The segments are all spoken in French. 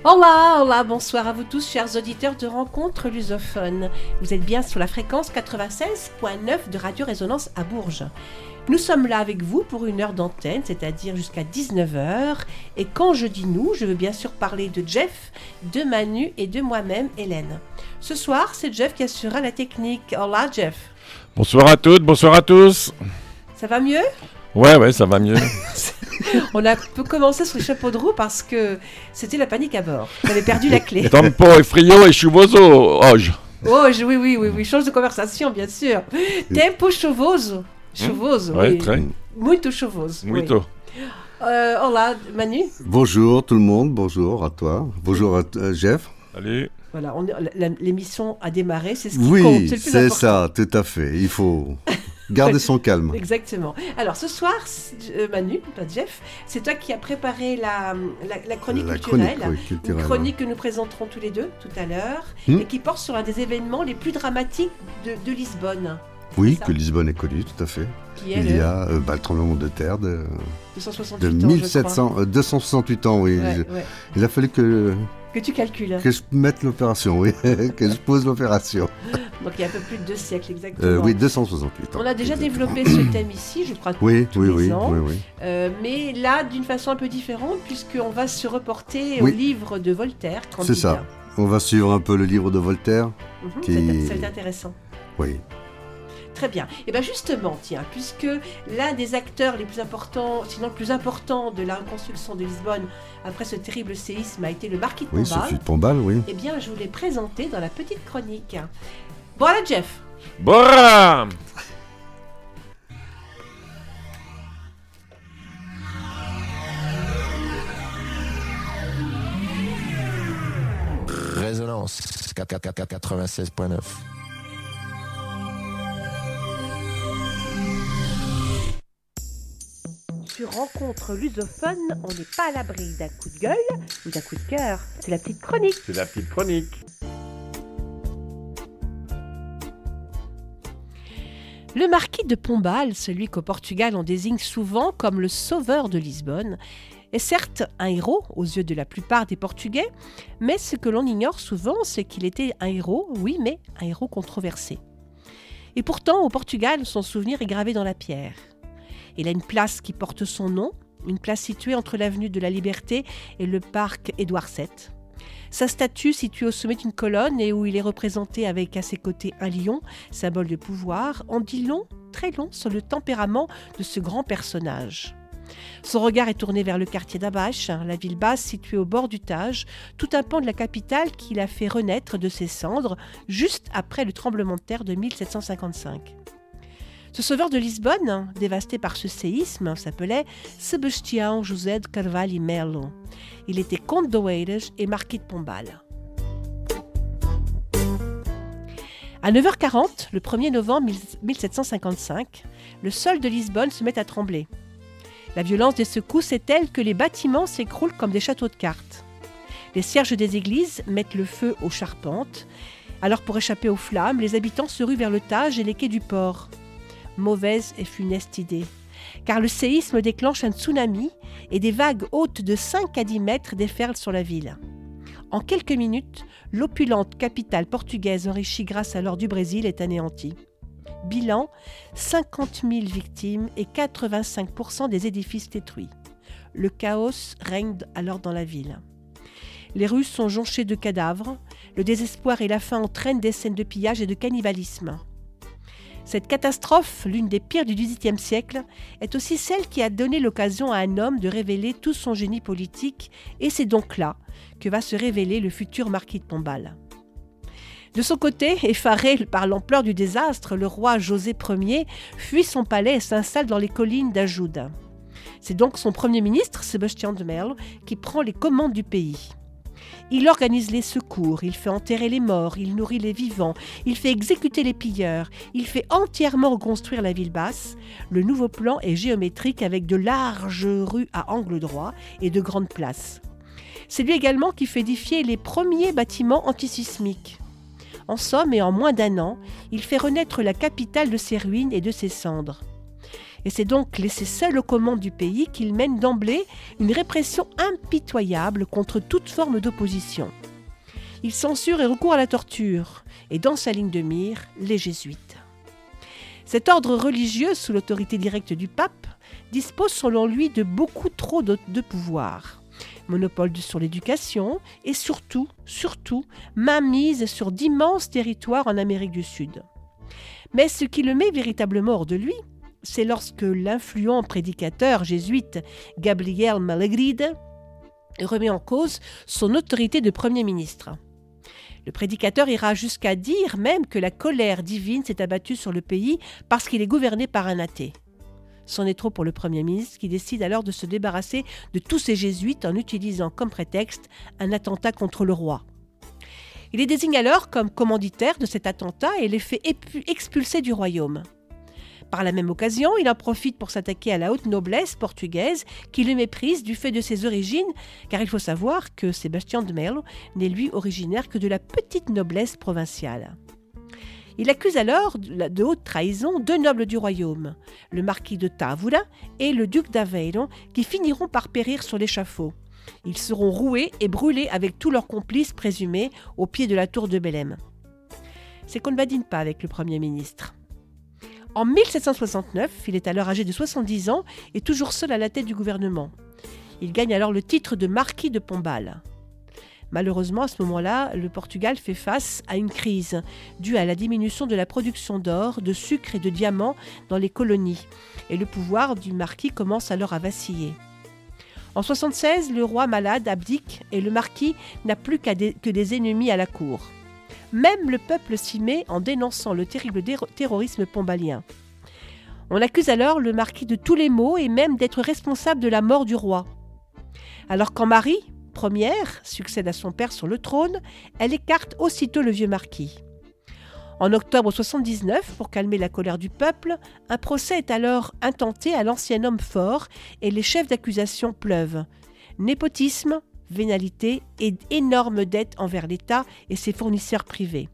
Hola, hola, bonsoir à vous tous, chers auditeurs de Rencontres lusophones. Vous êtes bien sur la fréquence 96.9 de Radio Résonance à Bourges. Nous sommes là avec vous pour une heure d'antenne, c'est-à-dire jusqu'à 19h. Et quand je dis nous, je veux bien sûr parler de Jeff, de Manu et de moi-même, Hélène. Ce soir, c'est Jeff qui assurera la technique. Hola, Jeff. Bonsoir à toutes, bonsoir à tous. Ça va mieux ? Ouais, ça va mieux. On a peu commencé sur le chapeau de roue parce que c'était la panique à bord. On avait perdu la clé. Tempo e frio e chuvoso hoje. Oui, change de conversation, bien sûr. Tempo chuvoso. Chuvoso, Ouais, oui. très. Muito chuvoso. Muito. Oui. Hola, Manu. Bonjour tout le monde, bonjour à toi, bonjour à Jeff. Salut. Voilà, l'émission a démarré, c'est ce qui compte, Oui, c'est le plus c'est important. ça, tout à fait, il faut garder son calme. Exactement. Alors ce soir, Manu, pas Jeff, c'est toi qui as préparé la chronique culturelle. Une chronique que nous présenterons tous les deux tout à l'heure et qui porte sur un des événements les plus dramatiques de Lisbonne. Oui, que Lisbonne est connue, tout à fait. Il y a le tremblement de terre de 268 ans, oui. Ouais. Il a fallu que tu calcules. Que je mette l'opération, oui, que je pose l'opération. Donc il y a un peu plus de 2 siècles exactement. Oui, 268 ans. On a déjà développé ce thème ici, je crois, tous les ans. Oui. Mais là, d'une façon un peu différente, puisqu'on va se reporter au livre de Voltaire. C'est ça. On va suivre un peu le livre de Voltaire. C'est intéressant. Oui. Très bien. Et bien justement, tiens, puisque l'un des acteurs les plus importants, sinon le plus important de la reconstruction de Lisbonne après ce terrible séisme a été le marquis de Pombal. Oui, Sophie de Pombal, oui. Eh bien, je vous l'ai présenté dans la petite chronique. Voilà, Jeff. Bora! Résonance 96.9. Sur Rencontres lusophones, on n'est pas à l'abri d'un coup de gueule ou d'un coup de cœur. C'est la petite chronique. C'est la petite chronique. Le marquis de Pombal, celui qu'au Portugal on désigne souvent comme le sauveur de Lisbonne, est certes un héros aux yeux de la plupart des Portugais, mais ce que l'on ignore souvent, c'est qu'il était un héros, oui, mais un héros controversé. Et pourtant, au Portugal, son souvenir est gravé dans la pierre. Il a une place qui porte son nom, une place située entre l'avenue de la Liberté et le parc Édouard VII. Sa statue située au sommet d'une colonne et où il est représenté avec à ses côtés un lion, symbole de pouvoir, en dit long, très long, sur le tempérament de ce grand personnage. Son regard est tourné vers le quartier d'Abache, la ville basse située au bord du Tage, tout un pan de la capitale qu'il a fait renaître de ses cendres juste après le tremblement de terre de 1755. Ce sauveur de Lisbonne, dévasté par ce séisme, s'appelait Sebastião José de Carvalho e Melo. Il était comte d'Oeiras et marquis de Pombal. À 9h40, le 1er novembre 1755, le sol de Lisbonne se met à trembler. La violence des secousses est telle que les bâtiments s'écroulent comme des châteaux de cartes. Les cierges des églises mettent le feu aux charpentes. Alors pour échapper aux flammes, les habitants se ruent vers le Tage et les quais du port. Mauvaise et funeste idée, car le séisme déclenche un tsunami et des vagues hautes de 5 à 10 mètres déferlent sur la ville. En quelques minutes, l'opulente capitale portugaise enrichie grâce à l'or du Brésil est anéantie. Bilan, 50 000 victimes et 85% des édifices détruits. Le chaos règne alors dans la ville. Les rues sont jonchées de cadavres, le désespoir et la faim entraînent des scènes de pillage et de cannibalisme. Cette catastrophe, l'une des pires du XVIIIe siècle, est aussi celle qui a donné l'occasion à un homme de révéler tout son génie politique, et c'est donc là que va se révéler le futur marquis de Pombal. De son côté, effaré par l'ampleur du désastre, le roi José Ier fuit son palais et s'installe dans les collines d'Ajuda. C'est donc son premier ministre, Sebastião de Melo, qui prend les commandes du pays. Il organise les secours, il fait enterrer les morts, il nourrit les vivants, il fait exécuter les pilleurs, il fait entièrement reconstruire la ville basse. Le nouveau plan est géométrique avec de larges rues à angle droit et de grandes places. C'est lui également qui fait édifier les premiers bâtiments antisismiques. En somme, et en moins d'1 an, il fait renaître la capitale de ses ruines et de ses cendres. et c'est donc laissé seul aux commandes du pays qu'il mène d'emblée une répression impitoyable contre toute forme d'opposition. Il censure et recourt à la torture, et dans sa ligne de mire, les jésuites. Cet ordre religieux, sous l'autorité directe du pape, dispose selon lui de beaucoup trop de pouvoir. Monopole sur l'éducation et surtout, mainmise sur d'immenses territoires en Amérique du Sud. Mais ce qui le met véritablement hors de lui, c'est lorsque l'influent prédicateur jésuite Gabriel Malagrida remet en cause son autorité de Premier ministre. Le prédicateur ira jusqu'à dire même que la colère divine s'est abattue sur le pays parce qu'il est gouverné par un athée. C'en est trop pour le Premier ministre qui décide alors de se débarrasser de tous ces jésuites en utilisant comme prétexte un attentat contre le roi. Il les désigne alors comme commanditaires de cet attentat et les fait expulser du royaume. Par la même occasion, il en profite pour s'attaquer à la haute noblesse portugaise qui le méprise du fait de ses origines, car il faut savoir que Sébastien de Melo n'est lui originaire que de la petite noblesse provinciale. Il accuse alors de haute trahison 2 nobles du royaume, le marquis de Távora et le duc d'Aveiro, qui finiront par périr sur l'échafaud. Ils seront roués et brûlés avec tous leurs complices présumés au pied de la tour de Belém. C'est qu'on ne badine pas avec le Premier ministre. En 1769, il est alors âgé de 70 ans et toujours seul à la tête du gouvernement. Il gagne alors le titre de marquis de Pombal. Malheureusement, à ce moment-là, le Portugal fait face à une crise due à la diminution de la production d'or, de sucre et de diamants dans les colonies. Et le pouvoir du marquis commence alors à vaciller. En 1976, le roi malade abdique et le marquis n'a plus que des ennemis à la cour. Même le peuple s'y met en dénonçant le terrible terrorisme pombalien. On accuse alors le marquis de tous les maux et même d'être responsable de la mort du roi. Alors quand Marie, première, succède à son père sur le trône, elle écarte aussitôt le vieux marquis. En octobre 1979, pour calmer la colère du peuple, un procès est alors intenté à l'ancien homme fort et les chefs d'accusation pleuvent. Népotisme, vénalité et énormes dettes envers l'État et ses fournisseurs privés.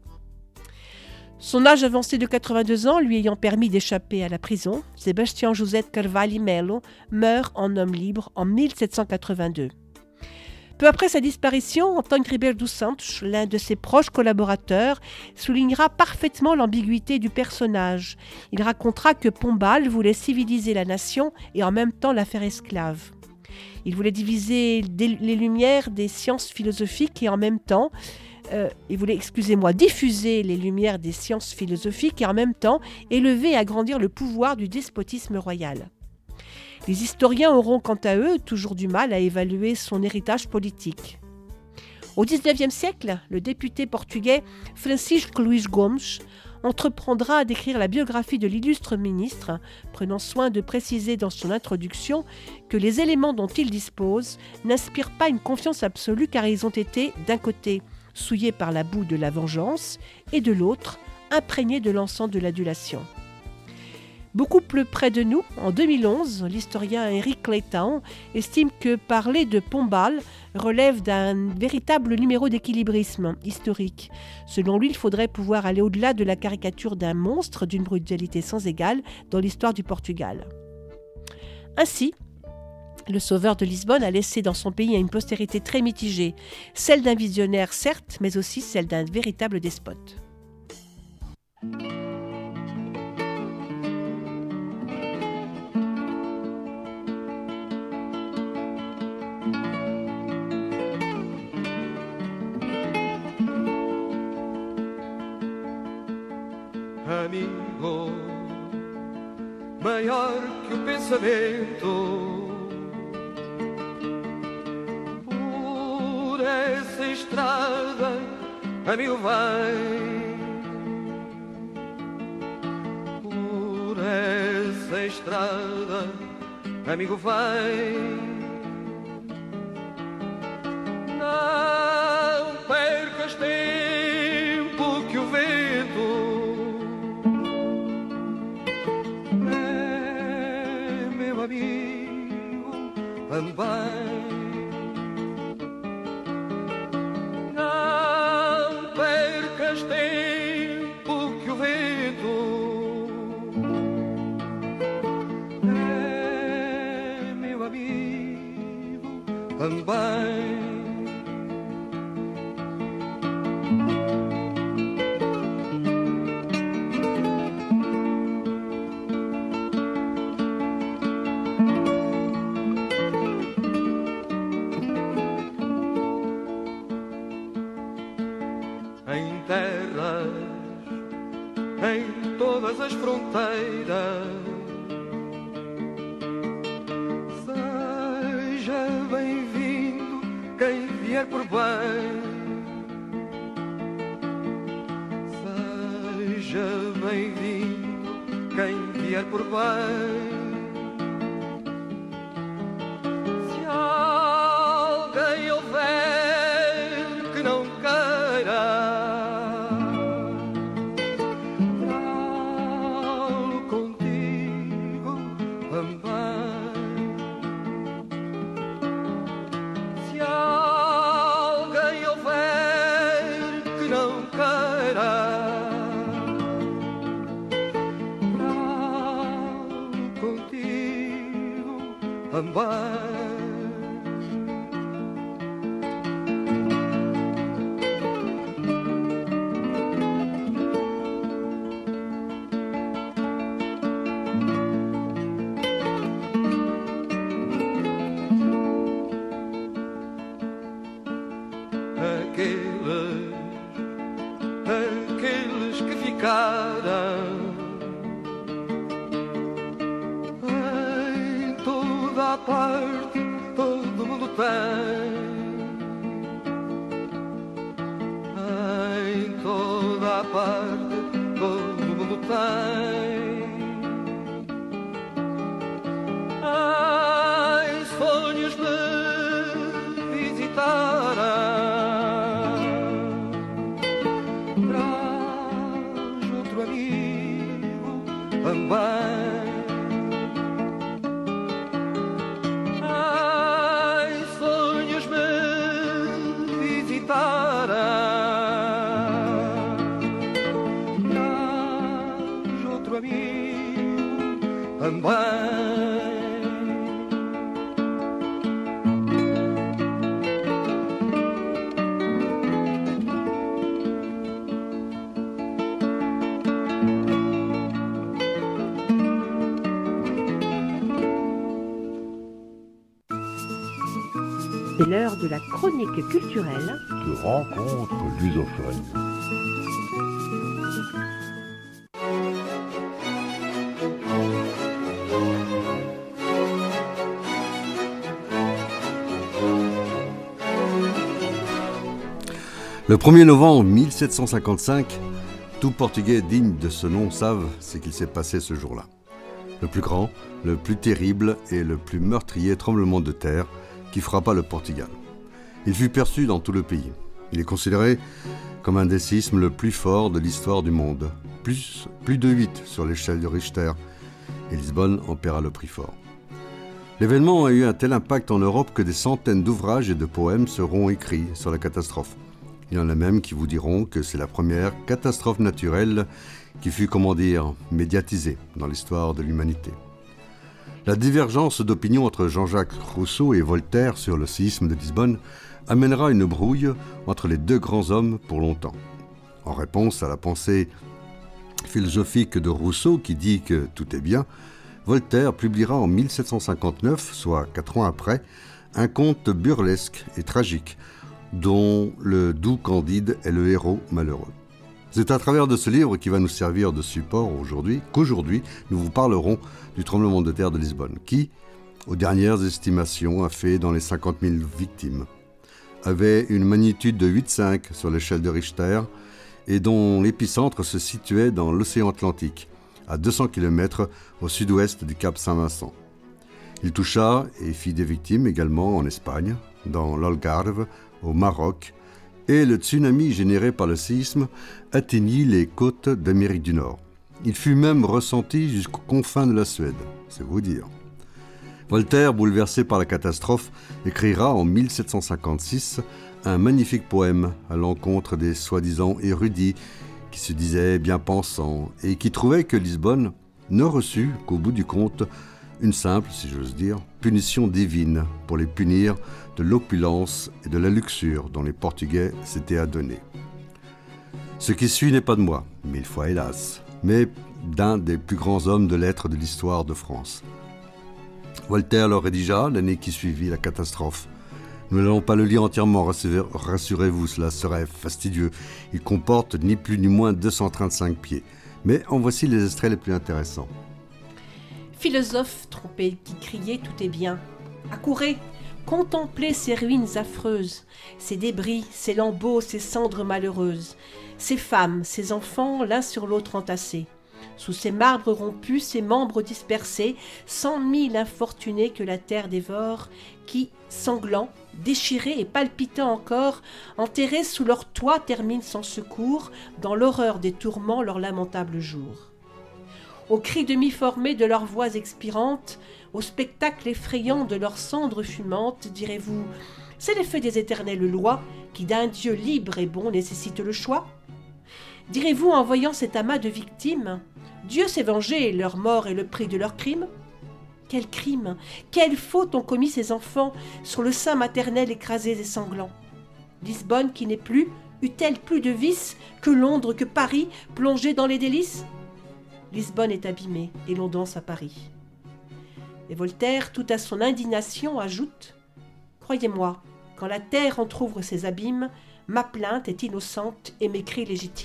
Son âge avancé de 82 ans lui ayant permis d'échapper à la prison, Sébastien José Carvalho Melo meurt en homme libre en 1782. Peu après sa disparition, António Ribeiro dos Santos, l'un de ses proches collaborateurs, soulignera parfaitement l'ambiguïté du personnage. Il racontera que Pombal voulait civiliser la nation et en même temps la faire esclave. Il voulait diviser les lumières des sciences philosophiques et en même temps, diffuser les lumières des sciences philosophiques et en même temps élever et agrandir le pouvoir du despotisme royal. Les historiens auront quant à eux toujours du mal à évaluer son héritage politique. Au XIXe siècle, le député portugais Francisco Luís Gomes entreprendra d'écrire la biographie de l'illustre ministre, prenant soin de préciser dans son introduction que les éléments dont il dispose n'inspirent pas une confiance absolue car ils ont été, d'un côté, souillés par la boue de la vengeance et de l'autre, imprégnés de l'encens de l'adulation. Beaucoup plus près de nous, en 2011, l'historien Henrique Leitão estime que parler de Pombal relève d'un véritable numéro d'équilibrisme historique. Selon lui, il faudrait pouvoir aller au-delà de la caricature d'un monstre d'une brutalité sans égale dans l'histoire du Portugal. Ainsi, le sauveur de Lisbonne a laissé dans son pays une postérité très mitigée, celle d'un visionnaire certes, mais aussi celle d'un véritable despote. Amigo, maior que o pensamento, por essa estrada, amigo, vai, por essa estrada, amigo, vai, não percas tempo que o vento amigo, também. Não percas tempo que o vento também. Em terras, em todas as fronteiras, seja bem-vindo quem vier por bem. Seja bem-vindo quem vier por bem. Se alguém houver que não queira, também. Aqueles que ficaram a parte todo mundo tem, em toda a parte todo mundo tem, em sonhos de visitar, traz outro amigo também. C'est l'heure de la chronique culturelle de rencontres lusophones. Le 1er novembre 1755, tout Portugais digne de ce nom savent ce qu'il s'est passé ce jour-là. Le plus grand, le plus terrible et le plus meurtrier tremblement de terre qui frappa le Portugal. Il fut perçu dans tout le pays. Il est considéré comme un des séismes le plus fort de l'histoire du monde. Plus de 8 sur l'échelle de Richter. Et Lisbonne en paiera le prix fort. L'événement a eu un tel impact en Europe que des centaines d'ouvrages et de poèmes seront écrits sur la catastrophe. Il y en a même qui vous diront que c'est la première catastrophe naturelle qui fut, médiatisée dans l'histoire de l'humanité. La divergence d'opinion entre Jean-Jacques Rousseau et Voltaire sur le séisme de Lisbonne amènera une brouille entre les deux grands hommes pour longtemps. En réponse à la pensée philosophique de Rousseau qui dit que tout est bien, Voltaire publiera en 1759, soit 4 ans après, un conte burlesque et tragique dont le doux Candide est le héros malheureux. C'est à travers de ce livre qui va nous servir de support qu'aujourd'hui nous vous parlerons du tremblement de terre de Lisbonne qui, aux dernières estimations, a fait dans les 50 000 victimes, avait une magnitude de 8,5 sur l'échelle de Richter et dont l'épicentre se situait dans l'océan Atlantique, à 200 km au sud-ouest du Cap Saint-Vincent. Il toucha et fit des victimes également en Espagne, dans l'Algarve, au Maroc, et le tsunami généré par le séisme atteignit les côtes d'Amérique du Nord. Il fut même ressenti jusqu'aux confins de la Suède, c'est vous dire. Voltaire, bouleversé par la catastrophe, écrira en 1756 un magnifique poème à l'encontre des soi-disant érudits qui se disaient bien pensants et qui trouvaient que Lisbonne ne reçut qu'au bout du compte Une simple, si j'ose dire, punition divine pour les punir de l'opulence et de la luxure dont les Portugais s'étaient adonnés. Ce qui suit n'est pas de moi, 1000 fois hélas, mais d'un des plus grands hommes de lettres de l'histoire de France. Voltaire le rédigea l'année qui suivit la catastrophe. Nous n'allons pas le lire entièrement, rassurez-vous, cela serait fastidieux. Il comporte ni plus ni moins 235 pieds. Mais en voici les extraits les plus intéressants. Philosophe trompé qui criait « Tout est bien ». Accourez, contemplez ces ruines affreuses, ces débris, ces lambeaux, ces cendres malheureuses, ces femmes, ces enfants l'un sur l'autre entassés. Sous ces marbres rompus, ces membres dispersés, 100 000 infortunés que la terre dévore, qui, sanglants, déchirés et palpitant encore, enterrés sous leur toit terminent sans secours, dans l'horreur des tourments leur lamentable jour. Aux cris demi-formés de leurs voix expirantes, au spectacle effrayant de leurs cendres fumantes, direz-vous, c'est l'effet des éternelles lois, qui d'un Dieu libre et bon nécessite le choix? Direz-vous en voyant cet amas de victimes, Dieu s'est vengé, leur mort est le prix de leur crime? Quel crime, quelle faute ont commis ces enfants sur le sein maternel écrasés et sanglants? Lisbonne qui n'est plus, eut-elle plus de vices que Londres, que Paris, plongée dans les délices? Lisbonne est abîmée et l'on danse à Paris. Et Voltaire, tout à son indignation, ajoute « Croyez-moi, quand la terre entr'ouvre ses abîmes, ma plainte est innocente et mes cris légitimes. »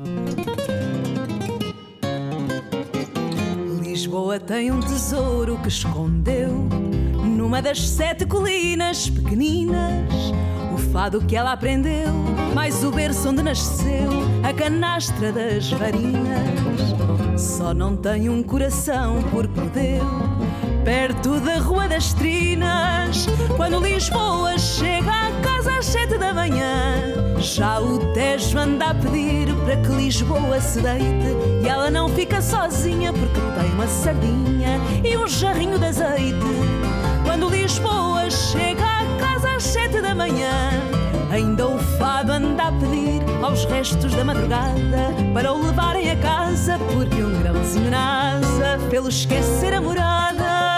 Lisboa tem tesouro que escondeu numa das 7 colinas pequeninas. O fado que ela aprendeu, mais o berço onde nasceu a canastra das varinas. Só não tem um coração por perdeu perto da Rua das Trinas. Quando Lisboa chega à casa às 7 da manhã, já o Tejo anda a pedir para que Lisboa se deite. E ela não fica sozinha porque tem uma sardinha e um jarrinho de azeite. Quando Lisboa chega à casa às 7 da manhã, ainda o fado anda a pedir aos restos da madrugada para o levarem a casa, porque um grãozinho na asa pelo esquecer a morada.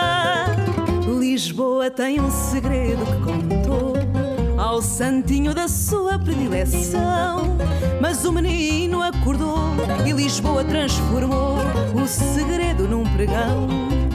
Lisboa tem um segredo que contou ao santinho da sua predileção, mas o menino acordou e Lisboa transformou o segredo num pregão.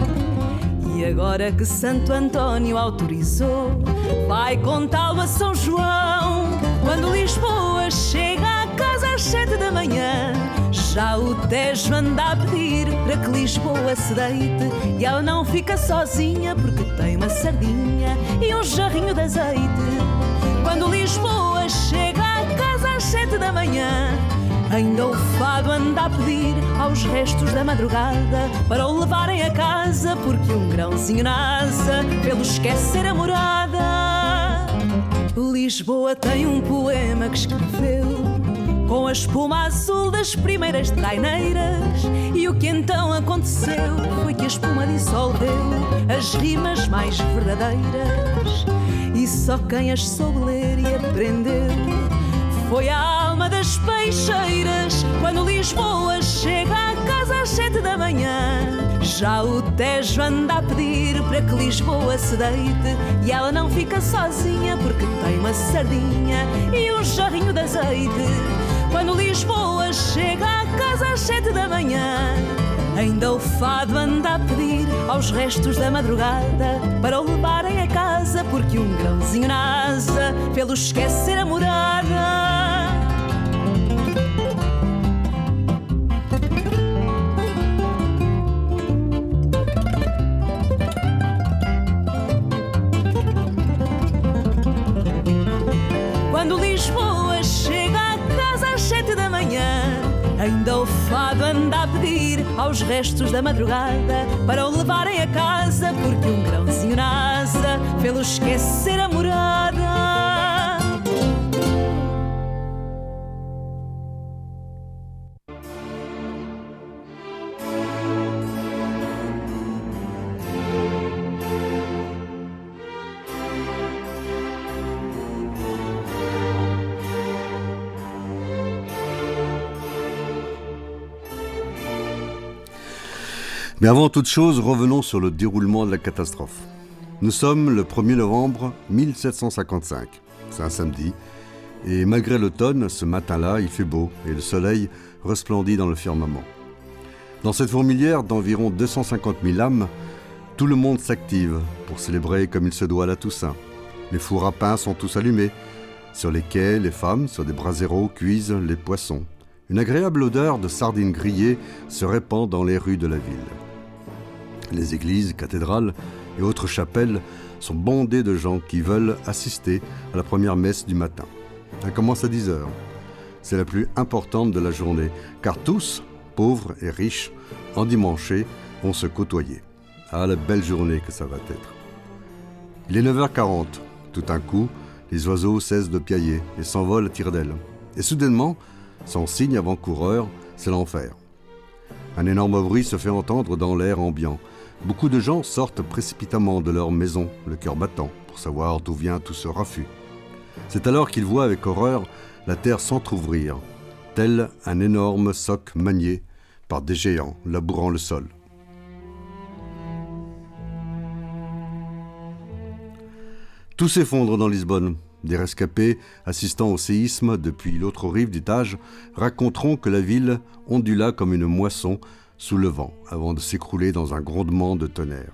E agora que Santo António autorizou, vai contá-lo a São João. Quando Lisboa chega à casa às 7 da manhã, já o Tejo anda a pedir para que Lisboa se deite. E ela não fica sozinha porque tem uma sardinha e um jarrinho de azeite. Quando Lisboa chega à casa às 7 da manhã, ainda o fado anda a pedir aos restos da madrugada para o levarem a casa, porque um grãozinho na asa pelo esquecer a morada. Lisboa tem um poema que escreveu com a espuma azul das primeiras traineiras. E o que então aconteceu foi que a espuma dissolveu as rimas mais verdadeiras. E só quem as soube ler e aprendeu foi a alma das peixeiras. Quando Lisboa chega à casa às 7 da manhã, já o Tejo anda a pedir para que Lisboa se deite. E ela não fica sozinha porque tem uma sardinha e um jarrinho de azeite. Quando Lisboa chega à casa às 7 da manhã, ainda o fado anda a pedir aos restos da madrugada para o levarem a casa, porque um grãozinho na asa pelo esquecer a morada. Quando Lisboa chega à casa às 7 da manhã, ainda o fado anda a pedir aos restos da madrugada para o levarem a casa, porque um grãozinho na asa pelo esquecer a morada. Mais avant toute chose, revenons sur le déroulement de la catastrophe. Nous sommes le 1er novembre 1755. C'est un samedi. Et malgré l'automne, ce matin-là, il fait beau et le soleil resplendit dans le firmament. Dans cette fourmilière d'environ 250 000 âmes, tout le monde s'active pour célébrer comme il se doit la Toussaint. Les fours à pain sont tous allumés. Sur les quais, les femmes, sur des braseros, cuisent les poissons. Une agréable odeur de sardines grillées se répand dans les rues de la ville. Les églises, cathédrales et autres chapelles sont bondées de gens qui veulent assister à la première messe du matin. Elle commence à 10h. C'est la plus importante de la journée, car tous, pauvres et riches, endimanchés, vont se côtoyer. Ah, la belle journée que ça va être. Il est 9h40. Tout d'un coup, les oiseaux cessent de piailler et s'envolent à tire-d'aile. Et soudainement, sans signe avant-coureur, c'est l'enfer. Un énorme bruit se fait entendre dans l'air ambiant. Beaucoup de gens sortent précipitamment de leur maison, le cœur battant, pour savoir d'où vient tout ce raffut. C'est alors qu'ils voient avec horreur la terre s'entr'ouvrir, tel un énorme soc manié par des géants labourant le sol. Tout s'effondre dans Lisbonne. Des rescapés assistant au séisme depuis l'autre rive du Tage raconteront que la ville ondula comme une moisson sous le vent avant de s'écrouler dans un grondement de tonnerre.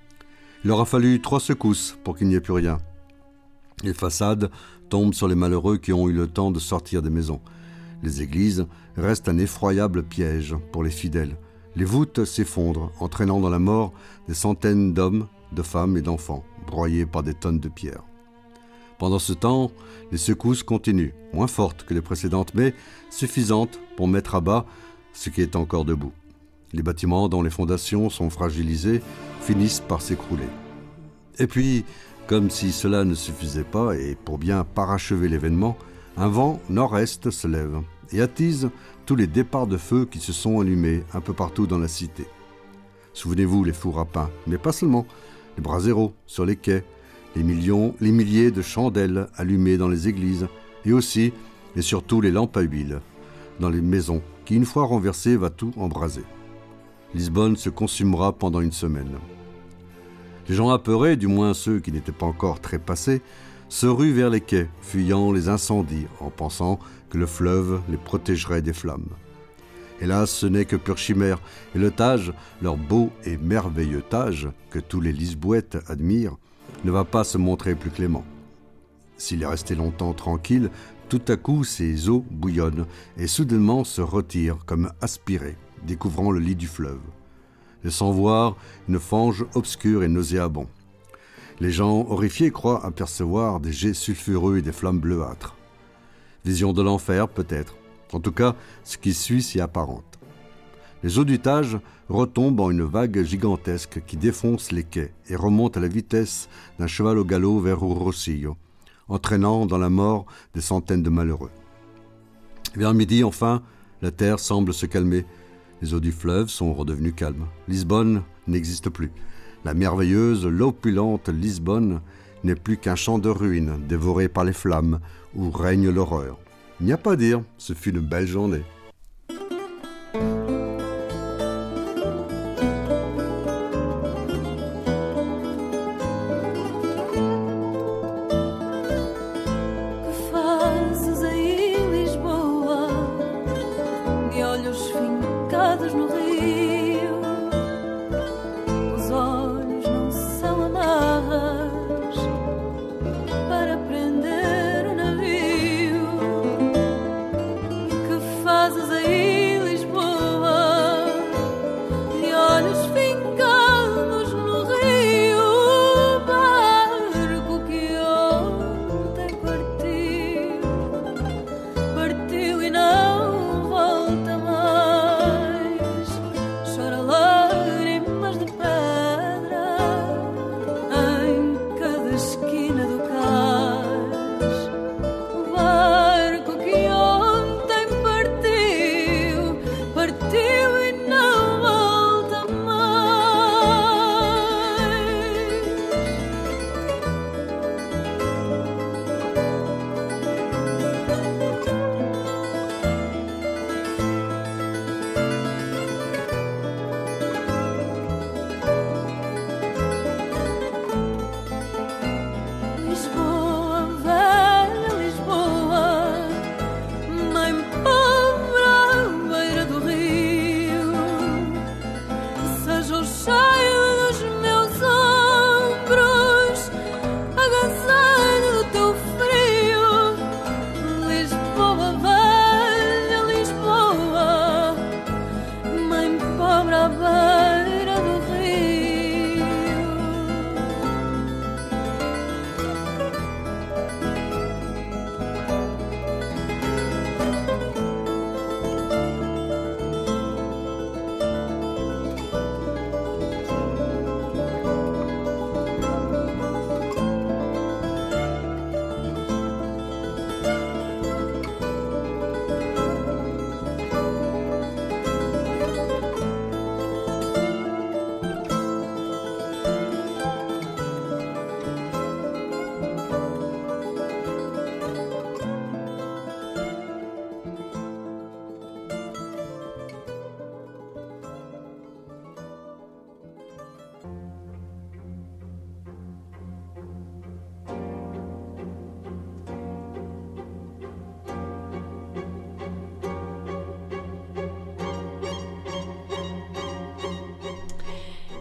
Il aura fallu 3 secousses pour qu'il n'y ait plus rien. Les façades tombent sur les malheureux qui ont eu le temps de sortir des maisons. Les églises restent un effroyable piège pour les fidèles. Les voûtes s'effondrent, entraînant dans la mort des centaines d'hommes, de femmes et d'enfants, broyés par des tonnes de pierres. Pendant ce temps, les secousses continuent, moins fortes que les précédentes, mais suffisantes pour mettre à bas ce qui est encore debout. Les bâtiments dont les fondations sont fragilisées finissent par s'écrouler. Et puis, comme si cela ne suffisait pas, et pour bien parachever l'événement, un vent nord-est se lève et attise tous les départs de feu qui se sont allumés un peu partout dans la cité. Souvenez-vous les fours à pain, mais pas seulement, les braseros sur les quais, les milliers de chandelles allumées dans les églises, et aussi et surtout les lampes à huile dans les maisons, qui une fois renversées va tout embraser. Lisbonne se consumera pendant une semaine. Les gens apeurés, du moins ceux qui n'étaient pas encore trépassés, se ruent vers les quais, fuyant les incendies, en pensant que le fleuve les protégerait des flammes. Hélas, ce n'est que pure chimère, et le Tage, leur beau et merveilleux Tage, que tous les Lisboètes admirent, ne va pas se montrer plus clément. S'il est resté longtemps tranquille, tout à coup ses eaux bouillonnent et soudainement se retirent comme aspirées, découvrant le lit du fleuve, laissant voir une fange obscure et nauséabonde. Les gens horrifiés croient apercevoir des jets sulfureux et des flammes bleuâtres. Vision de l'enfer peut-être, en tout cas ce qui suit s'y apparente. Les eaux du Tage retombent en une vague gigantesque qui défonce les quais et remonte à la vitesse d'un cheval au galop vers Rosillo, entraînant dans la mort des centaines de malheureux. Vers midi, enfin, la terre semble se calmer. Les eaux du fleuve sont redevenues calmes. Lisbonne n'existe plus. La merveilleuse, l'opulente Lisbonne n'est plus qu'un champ de ruines dévoré par les flammes où règne l'horreur. Il n'y a pas à dire, ce fut une belle journée.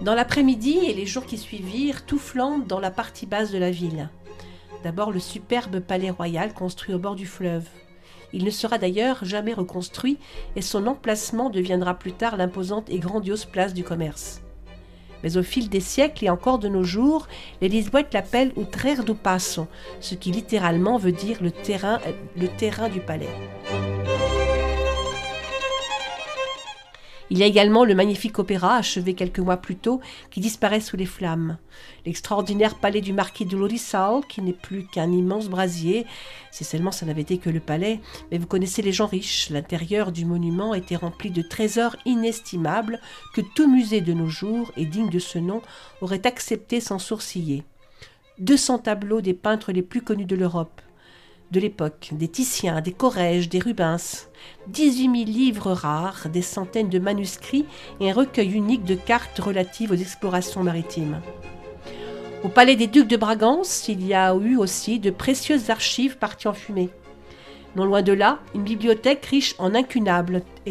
Dans l'après-midi et les jours qui suivirent, tout flambe dans la partie basse de la ville. D'abord le superbe palais royal construit au bord du fleuve. Il ne sera d'ailleurs jamais reconstruit et son emplacement deviendra plus tard l'imposante et grandiose place du commerce. Mais au fil des siècles et encore de nos jours, les Lisboètes l'appellent o Terreiro do Paço, ce qui littéralement veut dire le terrain du palais. Il y a également le magnifique opéra, achevé quelques mois plus tôt, qui disparaît sous les flammes. L'extraordinaire palais du marquis de Lourissal, qui n'est plus qu'un immense brasier, si seulement ça n'avait été que le palais, mais vous connaissez les gens riches, l'intérieur du monument était rempli de trésors inestimables que tout musée de nos jours, et digne de ce nom, aurait accepté sans sourciller. 200 tableaux des peintres les plus connus de l'Europe, de l'époque, des Titiens, des Corrèges, des Rubens, 18 000 livres rares, des centaines de manuscrits et un recueil unique de cartes relatives aux explorations maritimes. Au palais des Ducs de Bragance, il y a eu aussi de précieuses archives parties en fumée. Non loin de là, une bibliothèque riche en incunables est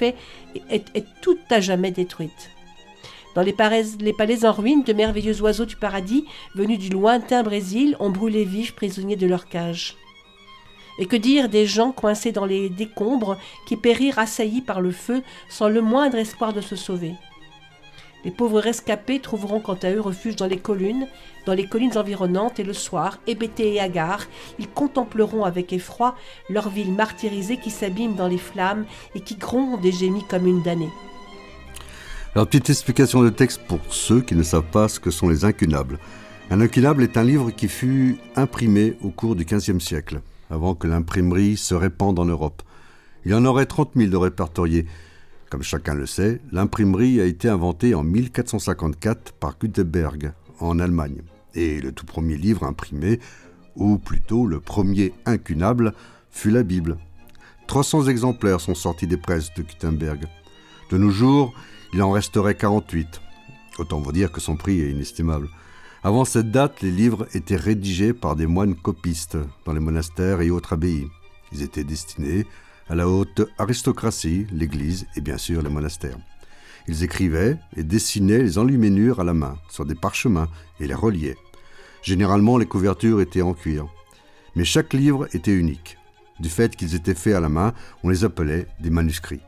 tout à jamais détruite. Dans les palais en ruine, de merveilleux oiseaux du paradis, venus du lointain Brésil, ont brûlé vifs prisonniers de leur cage. Et que dire des gens coincés dans les décombres qui périrent assaillis par le feu sans le moindre espoir de se sauver. Les pauvres rescapés trouveront quant à eux refuge dans les collines environnantes et le soir, hébétés et hagards, ils contempleront avec effroi leur ville martyrisée qui s'abîme dans les flammes et qui gronde et gémit comme une damnée. Alors, petite explication de texte pour ceux qui ne savent pas ce que sont les incunables. Un incunable est un livre qui fut imprimé au cours du XVe siècle, avant que l'imprimerie se répande en Europe. Il y en aurait 30 000 de répertoriés. Comme chacun le sait, l'imprimerie a été inventée en 1454 par Gutenberg, en Allemagne. Et le tout premier livre imprimé, ou plutôt le premier incunable, fut la Bible. 300 exemplaires sont sortis des presses de Gutenberg. De nos jours, il en resterait 48. Autant vous dire que son prix est inestimable. Avant cette date, les livres étaient rédigés par des moines copistes dans les monastères et autres abbayes. Ils étaient destinés à la haute aristocratie, l'église et bien sûr les monastères. Ils écrivaient et dessinaient les enluminures à la main sur des parchemins et les reliaient. Généralement, les couvertures étaient en cuir. Mais chaque livre était unique. Du fait qu'ils étaient faits à la main, on les appelait des manuscrits.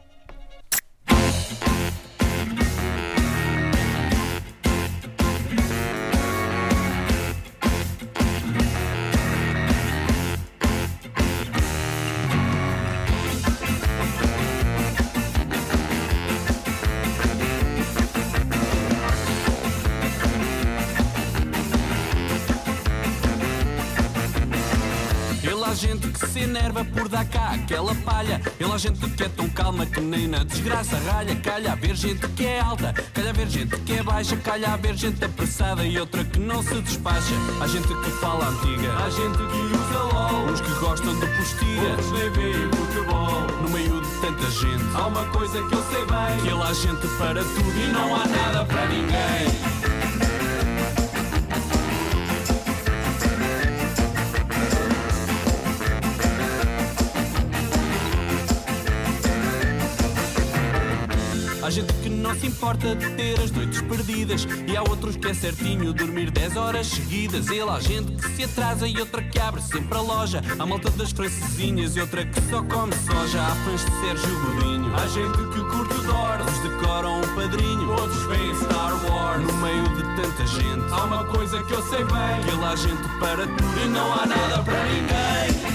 Gente que se enerva por dar cá aquela palha. Ele há gente que é tão calma que nem na desgraça ralha. Calha a ver gente que é alta, calha a ver gente que é baixa, calha a ver gente apressada e outra que não se despacha. Há gente que fala antiga, há gente que usa LOL, uns que gostam de postilha, outros nem veem futebol. No meio de tanta gente, há uma coisa que eu sei bem, que ele há gente para tudo e não há nada para ninguém. Há gente que não se importa de ter as noites perdidas e há outros que é certinho dormir 10 horas seguidas. Ele há gente que se atrasa e outra que abre sempre a loja. Há malta das francesinhas e outra que só come soja. Há fãs de Sérgio Godinho, há gente que curte os Doors, uns decoram um padrinho, outros veem Star Wars. No meio de tanta gente, há uma coisa que eu sei bem, que ele há gente para tudo e não há nada para ninguém.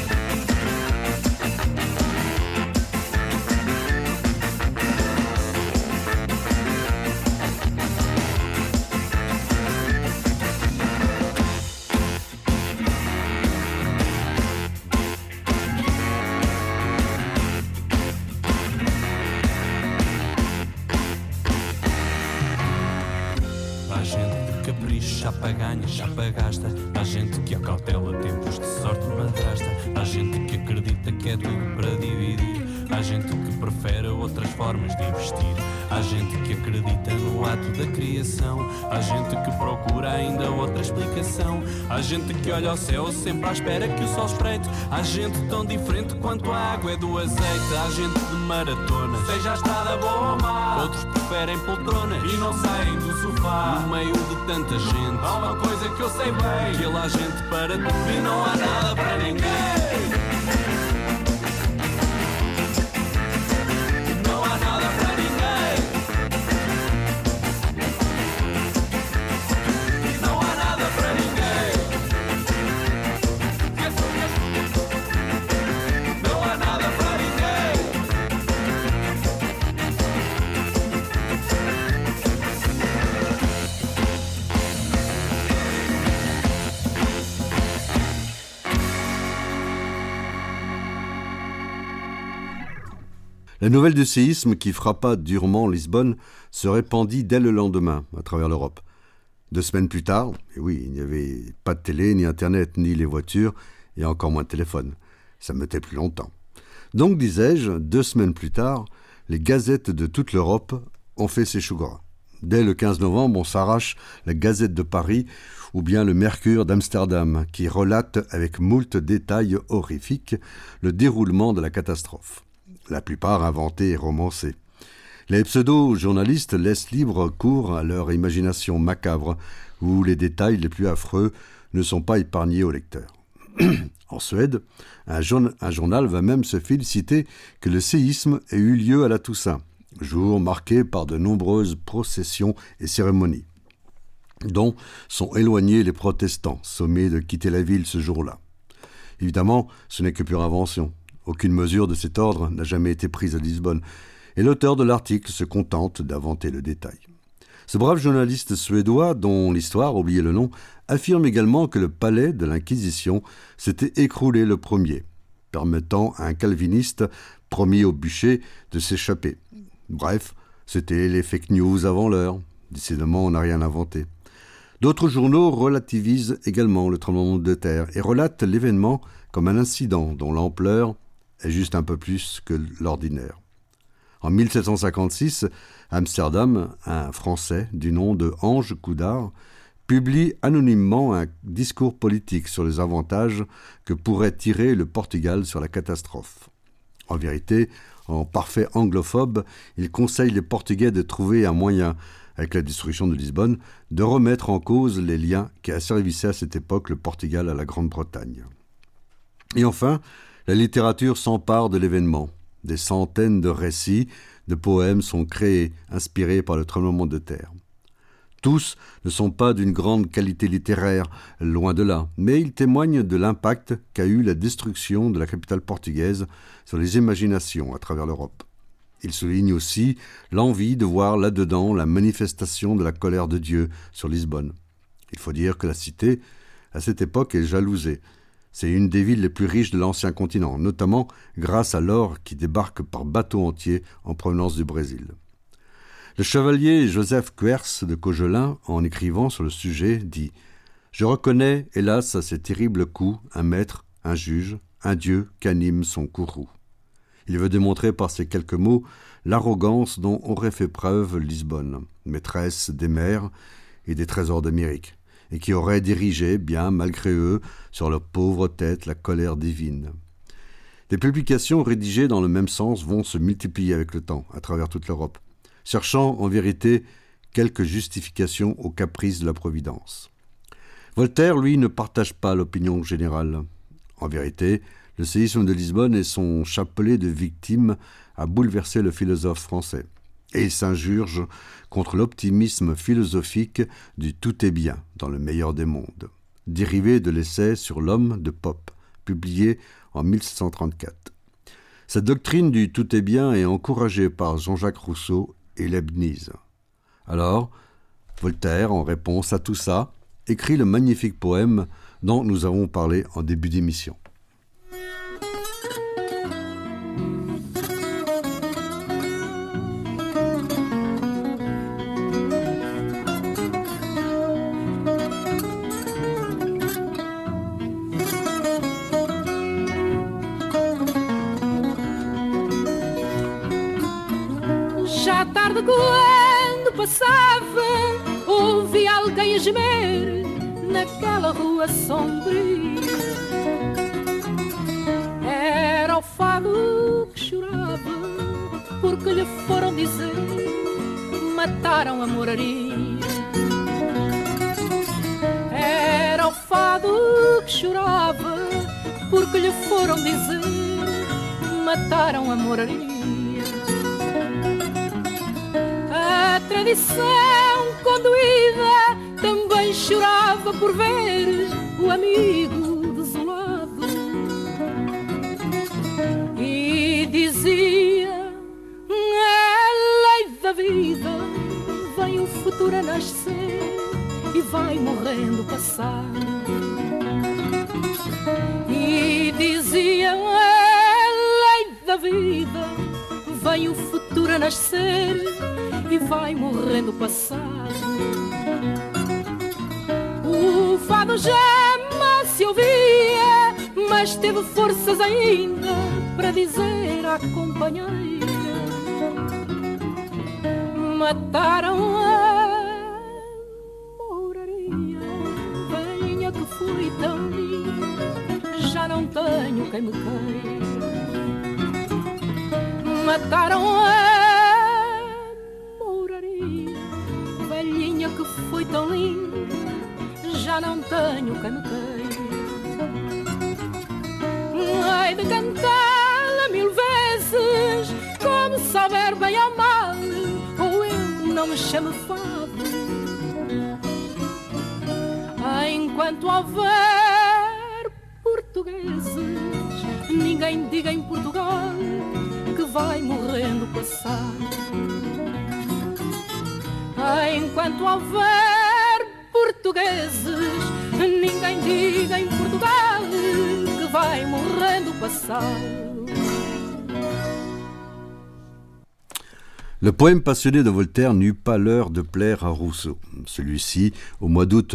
Já para ganha, já para gasta. Há gente que acautela tempos de sorte madrasta. Há gente que acredita que é tudo para dividir. Há gente que prefere outras formas de investir. Há gente que acredita no ato da criação. Há gente que procura ainda outras explicação. Há gente que olha ao céu sempre à espera que o sol espreite. Há gente tão diferente quanto a água é do azeite. Há gente de maratona, seja a estrada boa ou má. Outros preferem poltrona e não saem do sofá. No meio de tanta gente, há uma coisa que eu sei bem: que lá há gente para tudo e não há nada para ninguém. Não há nada para ninguém. Não há nada para ninguém. Não há nada para ninguém. La nouvelle du séisme qui frappa durement Lisbonne se répandit dès le lendemain à travers l'Europe. 2 semaines plus tard, et oui, il n'y avait pas de télé, ni internet, ni les voitures, et encore moins de téléphone. Ça mettait plus longtemps. Donc, disais-je, 2 semaines plus tard, les gazettes de toute l'Europe ont fait ses choux gras. Dès le 15 novembre, on s'arrache la Gazette de Paris ou bien le Mercure d'Amsterdam, qui relate avec moult détails horrifiques le déroulement de la catastrophe. La plupart inventés et romancés. Les pseudo-journalistes laissent libre cours à leur imagination macabre, où les détails les plus affreux ne sont pas épargnés aux lecteurs. En Suède, un journal va même se féliciter que le séisme ait eu lieu à la Toussaint, jour marqué par de nombreuses processions et cérémonies, dont sont éloignés les protestants, sommés de quitter la ville ce jour-là. Évidemment, ce n'est que pure invention. Aucune mesure de cet ordre n'a jamais été prise à Lisbonne, et l'auteur de l'article se contente d'inventer le détail. Ce brave journaliste suédois, dont l'histoire, oubliez le nom, affirme également que le palais de l'Inquisition s'était écroulé le premier, permettant à un calviniste promis au bûcher de s'échapper. Bref, c'était les fake news avant l'heure. Décidément, on n'a rien inventé. D'autres journaux relativisent également le tremblement de terre et relatent l'événement comme un incident dont l'ampleur est juste un peu plus que l'ordinaire. En 1756, Amsterdam, un Français du nom de Ange Coudard, publie anonymement un discours politique sur les avantages que pourrait tirer le Portugal sur la catastrophe. En vérité, en parfait anglophobe, il conseille les Portugais de trouver un moyen, avec la destruction de Lisbonne, de remettre en cause les liens qui asservissaient à cette époque le Portugal à la Grande-Bretagne. Et enfin, la littérature s'empare de l'événement. Des centaines de récits, de poèmes sont créés, inspirés par le tremblement de terre. Tous ne sont pas d'une grande qualité littéraire, loin de là, mais ils témoignent de l'impact qu'a eu la destruction de la capitale portugaise sur les imaginations à travers l'Europe. Ils soulignent aussi l'envie de voir là-dedans la manifestation de la colère de Dieu sur Lisbonne. Il faut dire que la cité, à cette époque, est jalousée. C'est une des villes les plus riches de l'ancien continent, notamment grâce à l'or qui débarque par bateau entier en provenance du Brésil. Le chevalier Joseph Quers de Cogelin, en écrivant sur le sujet, dit « Je reconnais, hélas, à ces terribles coups, un maître, un juge, un dieu qu'anime son courroux. » Il veut démontrer par ces quelques mots l'arrogance dont aurait fait preuve Lisbonne, maîtresse des mers et des trésors d'Amérique, et qui aurait dirigé, bien malgré eux, sur leur pauvre tête la colère divine. Des publications rédigées dans le même sens vont se multiplier avec le temps, à travers toute l'Europe, cherchant en vérité quelques justifications aux caprices de la Providence. Voltaire, lui, ne partage pas l'opinion générale. En vérité, le séisme de Lisbonne et son chapelet de victimes a bouleversé le philosophe français. Et il s'insurge contre l'optimisme philosophique du « tout est bien » dans le meilleur des mondes, dérivé de l'essai sur l'homme de Pope, publié en 1734. Cette doctrine du « tout est bien » est encouragée par Jean-Jacques Rousseau et Leibniz. Alors, Voltaire, en réponse à tout ça, écrit le magnifique poème dont nous avons parlé en début d'émission. Já tarde quando passava, ouvi alguém a gemer naquela rua sombria. Era o fado que chorava porque lhe foram dizer mataram a moraria. Era o fado que chorava porque lhe foram dizer mataram a moraria. A tradição conduída também chorava por ver o amigo desolado e dizia: é lei da vida, vem o futuro a nascer e vai morrendo o passado. E dizia: é lei da vida, vem o futuro a nascer e vai morrendo o passado. O fado já se ouvia, mas teve forças ainda para dizer à companheira: mataram a moraria, velhinha que foi tão linda, já não tenho quem me queira. Mataram a moraria, velhinha que foi tão linda, já não tenho quem me queira. Hei de cantá-la 1000 vezes, como souber bem ou mal, ou eu não me chamo fado. Enquanto houver portugueses, ninguém diga em Portugal que vai morrendo o passado. Enquanto houver portugueses, ninguém diga em Portugal que vai morrendo o passado. Le poème passionné de Voltaire n'eut pas l'heure de plaire à Rousseau. Celui-ci, au mois d'août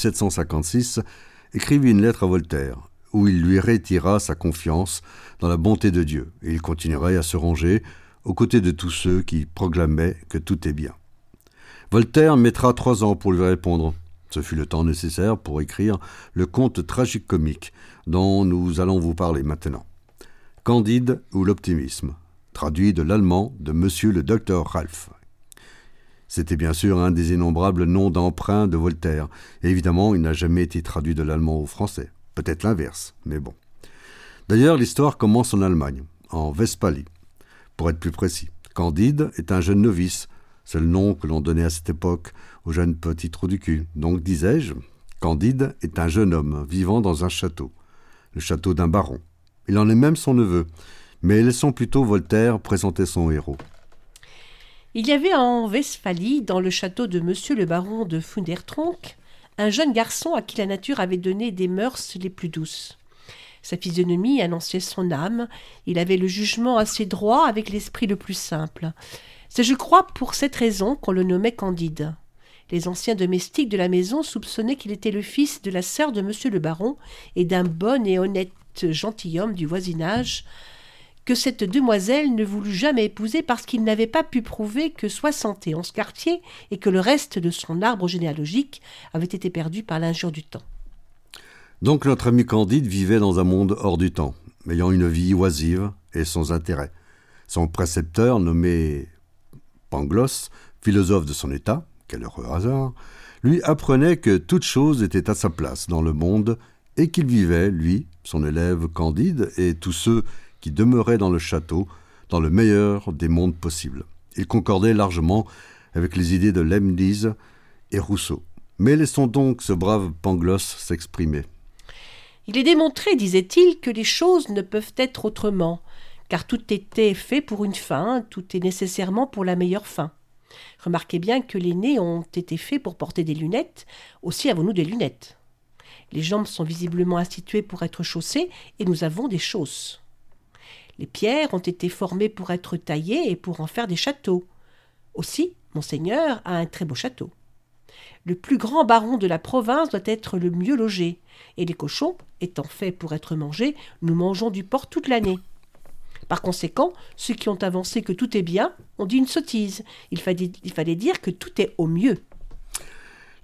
1756, écrivit une lettre à Voltaire, où il lui réitira sa confiance dans la bonté de Dieu, et il continuerait à se ranger aux côtés de tous ceux qui proclamaient que tout est bien. Voltaire mettra 3 ans pour lui répondre. Ce fut le temps nécessaire pour écrire le conte tragique-comique dont nous allons vous parler maintenant. Candide ou l'optimisme, traduit de l'allemand de Monsieur le Docteur Ralph. C'était bien sûr un des innombrables noms d'emprunt de Voltaire, et évidemment il n'a jamais été traduit de l'allemand au français. Peut-être l'inverse, mais bon. D'ailleurs, l'histoire commence en Allemagne, en Westphalie. Pour être plus précis, Candide est un jeune novice, c'est le nom que l'on donnait à cette époque aux jeunes petits trous du cul. Donc, disais-je, Candide est un jeune homme vivant dans un château, le château d'un baron. Il en est même son neveu, mais laissons plutôt Voltaire présenter son héros. Il y avait en Westphalie, dans le château de Monsieur le baron de Fundertronk, un jeune garçon à qui la nature avait donné des mœurs les plus douces. Sa physionomie annonçait son âme, il avait le jugement assez droit avec l'esprit le plus simple. C'est, je crois, pour cette raison qu'on le nommait Candide. Les anciens domestiques de la maison soupçonnaient qu'il était le fils de la sœur de Monsieur le baron et d'un bon et honnête gentilhomme du voisinage, que cette demoiselle ne voulut jamais épouser parce qu'il n'avait pas pu prouver que 71 quartiers et que le reste de son arbre généalogique avait été perdu par l'injure du temps. Donc notre ami Candide vivait dans un monde hors du temps, ayant une vie oisive et sans intérêt. Son précepteur, nommé Pangloss, philosophe de son état, quel heureux hasard, lui apprenait que toute chose était à sa place dans le monde et qu'il vivait, lui, son élève Candide et tous ceux qui demeuraient dans le château, dans le meilleur des mondes possibles. Il concordait largement avec les idées de Leibniz et Rousseau. Mais laissons donc ce brave Pangloss s'exprimer. Il est démontré, disait-il, que les choses ne peuvent être autrement, car tout était fait pour une fin, tout est nécessairement pour la meilleure fin. Remarquez bien que les nez ont été faits pour porter des lunettes, aussi avons-nous des lunettes. Les jambes sont visiblement instituées pour être chaussées, et nous avons des chausses. Les pierres ont été formées pour être taillées et pour en faire des châteaux. Aussi, Monseigneur a un très beau château. Le plus grand baron de la province doit être le mieux logé, et les cochons, étant faits pour être mangés, nous mangeons du porc toute l'année. Par conséquent, ceux qui ont avancé que tout est bien ont dit une sottise. Il fallait dire que tout est au mieux.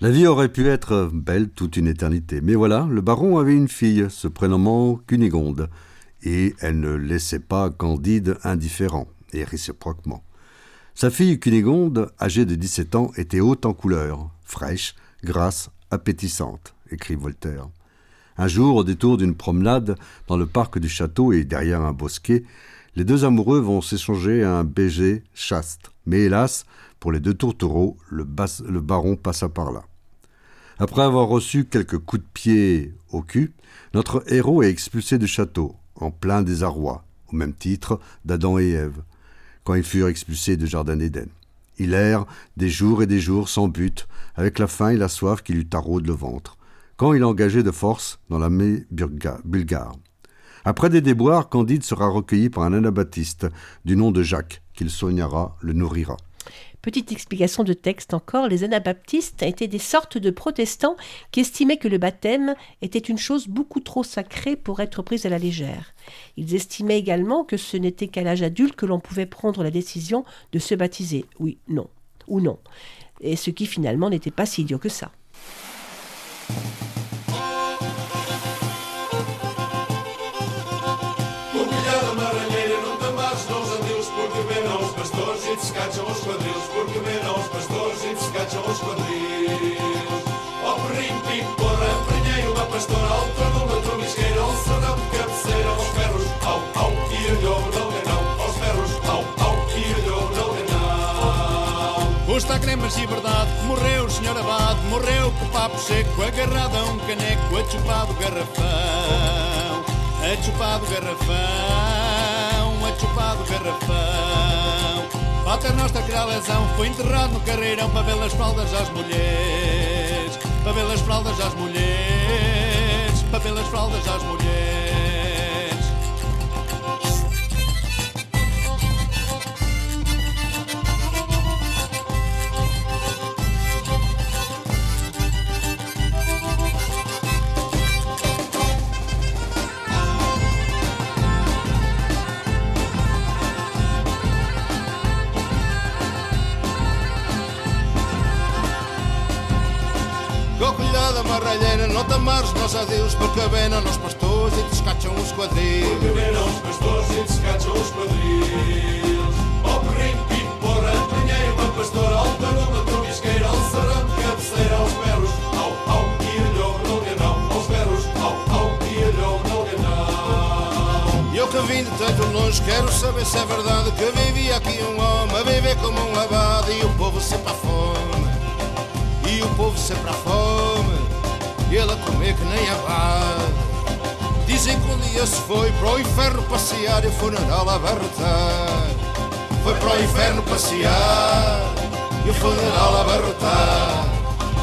La vie aurait pu être belle toute une éternité, mais voilà, le baron avait une fille, se prénommant Cunégonde, et elle ne laissait pas Candide indifférent, et réciproquement. Sa fille Cunégonde, âgée de 17 ans, était haute en couleur, fraîche, grasse, appétissante, écrit Voltaire. Un jour, au détour d'une promenade dans le parc du château et derrière un bosquet, les deux amoureux vont s'échanger un baiser chaste. Mais hélas, pour les deux tourtereaux, le baron passa par là. Après avoir reçu quelques coups de pied au cul, notre héros est expulsé du château, en plein désarroi, au même titre d'Adam et Ève, quand ils furent expulsés du jardin d'Éden. Il erre des jours et des jours sans but, avec la faim et la soif qui lui taraudent le ventre, quand il est engagé de force dans l'armée bulgare. Après des déboires, Candide sera recueilli par un anabaptiste du nom de Jacques, qu'il soignera, le nourrira. Petite explication de texte encore, les anabaptistes étaient des sortes de protestants qui estimaient que le baptême était une chose beaucoup trop sacrée pour être prise à la légère. Ils estimaient également que ce n'était qu'à l'âge adulte que l'on pouvait prendre la décision de se baptiser, oui, non, ou non, et ce qui finalement n'était pas si idiot que ça. Custa cremas e verdade, morreu o senhor abade, morreu com o papo seco, agarrado a um caneco, a chupado garrafão, a chupado garrafão, a chupado garrafão. Pater Noster, que lesão, foi enterrado no carreirão para ver as fraldas às mulheres, para ver as fraldas às mulheres, para ver as fraldas às mulheres. Da marralheira, não te amares, nós adeus, porque venam os pastores e descacham os quadris. Porque venam os pastores e descacham os quadris. Ó perrim, pipo, porra, pinheiro, uma pastora, alta numa trovisqueira, ao serrano, cabeceira, aos berros, au, au, e olhou, não ganhou, aos berros, au, au, e olhou, não ganhou. E eu que vim de tanto longe, quero saber se é verdade que vivia aqui um homem, a viver como um abade, e o povo sempre à fome. E o povo sempre à fome, e ele a comer que nem abade. Dizem que um dia se foi para o inferno passear e o funeral a abarrotar. Foi para o inferno passear e o funeral a abarrotar.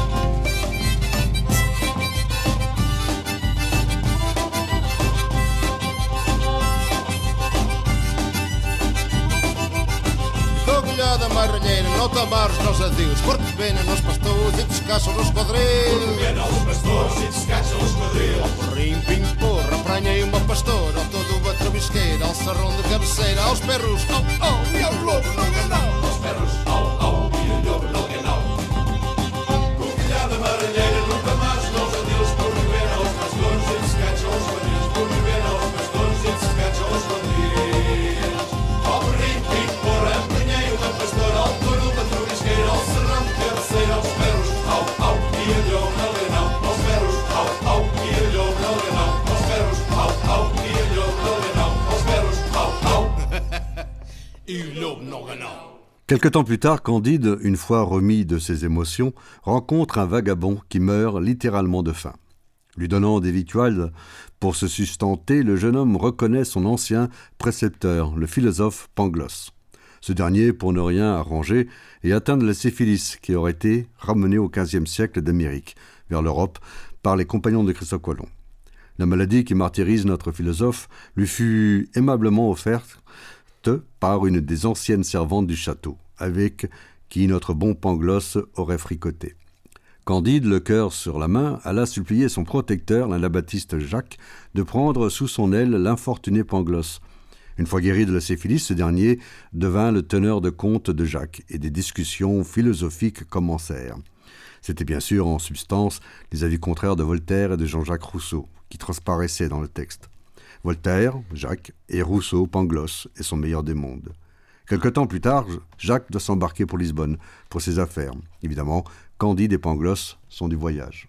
Da marralheira, não te amares, nós adeus, porque venam os pastores e descacham os quadris. Porque venam os pastores e descacham os quadris. Ao porrim, pim, porra, pranhei uma pastora, ao todo a trovisqueira, ao sarrão de cabeceira, aos perros, au, au, e ao lobo não ganhou. Aos perros, au, au, e ao lobo não ganhou. Coquilhada marralheira, não te amares, nós adeus, porque venam os pastores e descacham os quadris. Porque venam os pastores e descacham os quadris. Ao porrim, pim, porra, pranhei uma pastora, ao touro da trovisqueira, ao serrão de cabeceira, aos berros, au, au, e olhou, não ganhou, aos berros, au, au, e olhou, não ganhou, aos berros, au, au, e olhou, não ganhou, aos berros, au, au, e olhou, não ganhou. Quelque temps plus tard, Candide, une fois remis de ses émotions, rencontre un vagabond qui meurt littéralement de faim. Lui donnant des victuailles pour se sustenter, le jeune homme reconnaît son ancien précepteur, le philosophe Pangloss. Ce dernier, pour ne rien arranger, est atteint de la syphilis qui aurait été ramenée au XVe siècle d'Amérique, vers l'Europe, par les compagnons de Christophe Colomb. La maladie qui martyrise notre philosophe lui fut aimablement offerte par une des anciennes servantes du château, avec qui notre bon Pangloss aurait fricoté. Candide, le cœur sur la main, alla supplier son protecteur, l'anabaptiste Jacques, de prendre sous son aile l'infortuné Pangloss. Une fois guéri de la syphilis, ce dernier devint le teneur de compte de Jacques, et des discussions philosophiques commencèrent. C'était bien sûr, en substance, les avis contraires de Voltaire et de Jean-Jacques Rousseau, qui transparaissaient dans le texte. Voltaire, Jacques, et Rousseau, Pangloss, et son meilleur des mondes. Quelque temps plus tard, Jacques doit s'embarquer pour Lisbonne, pour ses affaires. Évidemment, Candide et Pangloss sont du voyage.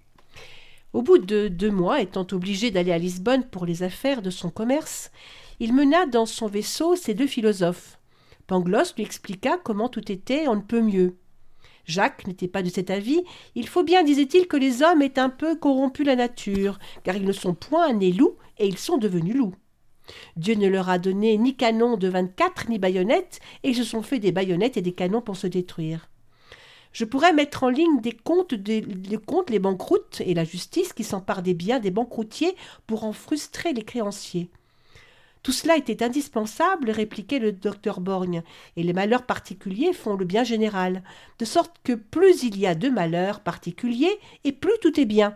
Au bout de 2 mois, étant obligé d'aller à Lisbonne pour les affaires de son commerce, il mena dans son vaisseau ses 2 philosophes. Pangloss lui expliqua comment tout était on ne peut mieux. Jacques n'était pas de cet avis. Il faut bien, disait-il, que les hommes aient un peu corrompu la nature, car ils ne sont point nés loups et ils sont devenus loups. Dieu ne leur a donné ni canon de 24 ni baïonnettes, et ils se sont fait des baïonnettes et des canons pour se détruire. Je pourrais mettre en ligne des comptes, les banqueroutes et la justice qui s'emparent des biens des banqueroutiers pour en frustrer les créanciers. Tout cela était indispensable, répliquait le docteur Borgne, et les malheurs particuliers font le bien général, de sorte que plus il y a de malheurs particuliers, et plus tout est bien.